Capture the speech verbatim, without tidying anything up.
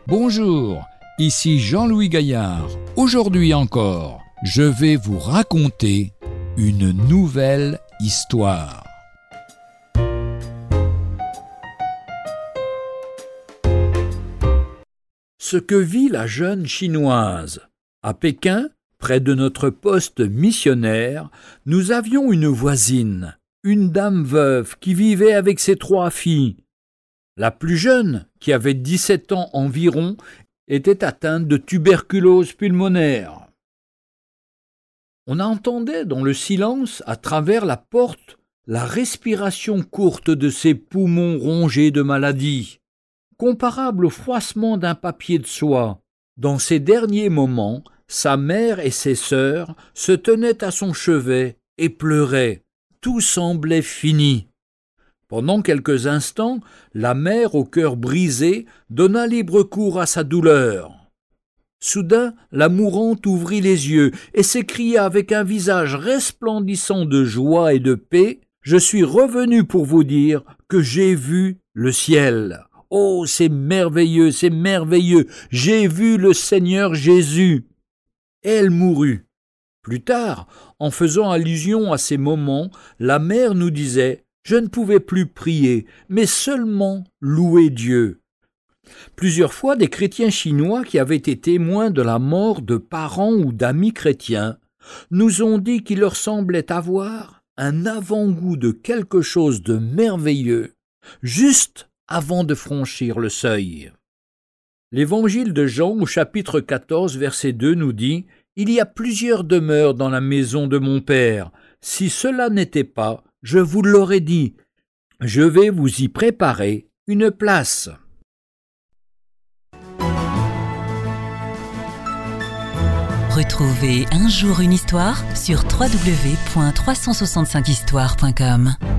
Bonjour, ici Jean-Louis Gaillard. Aujourd'hui encore, je vais vous raconter une nouvelle histoire. Ce que vit la jeune chinoise. À Pékin, près de notre poste missionnaire, nous avions une voisine, une dame veuve qui vivait avec ses trois filles. La plus jeune, qui avait dix-sept ans environ, était atteinte de tuberculose pulmonaire. On entendait dans le silence, à travers la porte, la respiration courte de ses poumons rongés de maladie, comparable au froissement d'un papier de soie. Dans ces derniers moments, sa mère et ses sœurs se tenaient à son chevet et pleuraient. Tout semblait fini. Pendant quelques instants, la mère, au cœur brisé, donna libre cours à sa douleur. Soudain, la mourante ouvrit les yeux et s'écria avec un visage resplendissant de joie et de paix : « Je suis revenu pour vous dire que j'ai vu le ciel. Oh, c'est merveilleux, c'est merveilleux, j'ai vu le Seigneur Jésus. » Et elle mourut. Plus tard, en faisant allusion à ces moments, la mère nous disait : « Je ne pouvais plus prier, mais seulement louer Dieu. » Plusieurs fois, des chrétiens chinois qui avaient été témoins de la mort de parents ou d'amis chrétiens nous ont dit qu'il leur semblait avoir un avant-goût de quelque chose de merveilleux, juste avant de franchir le seuil. L'Évangile de Jean, au chapitre quatorze, verset deux, nous dit : « Il y a plusieurs demeures dans la maison de mon Père. Si cela n'était pas, je vous l'aurais dit. Je vais vous y préparer une place. » Retrouvez Un jour une histoire sur w w w point trois cent soixante-cinq histoire point com.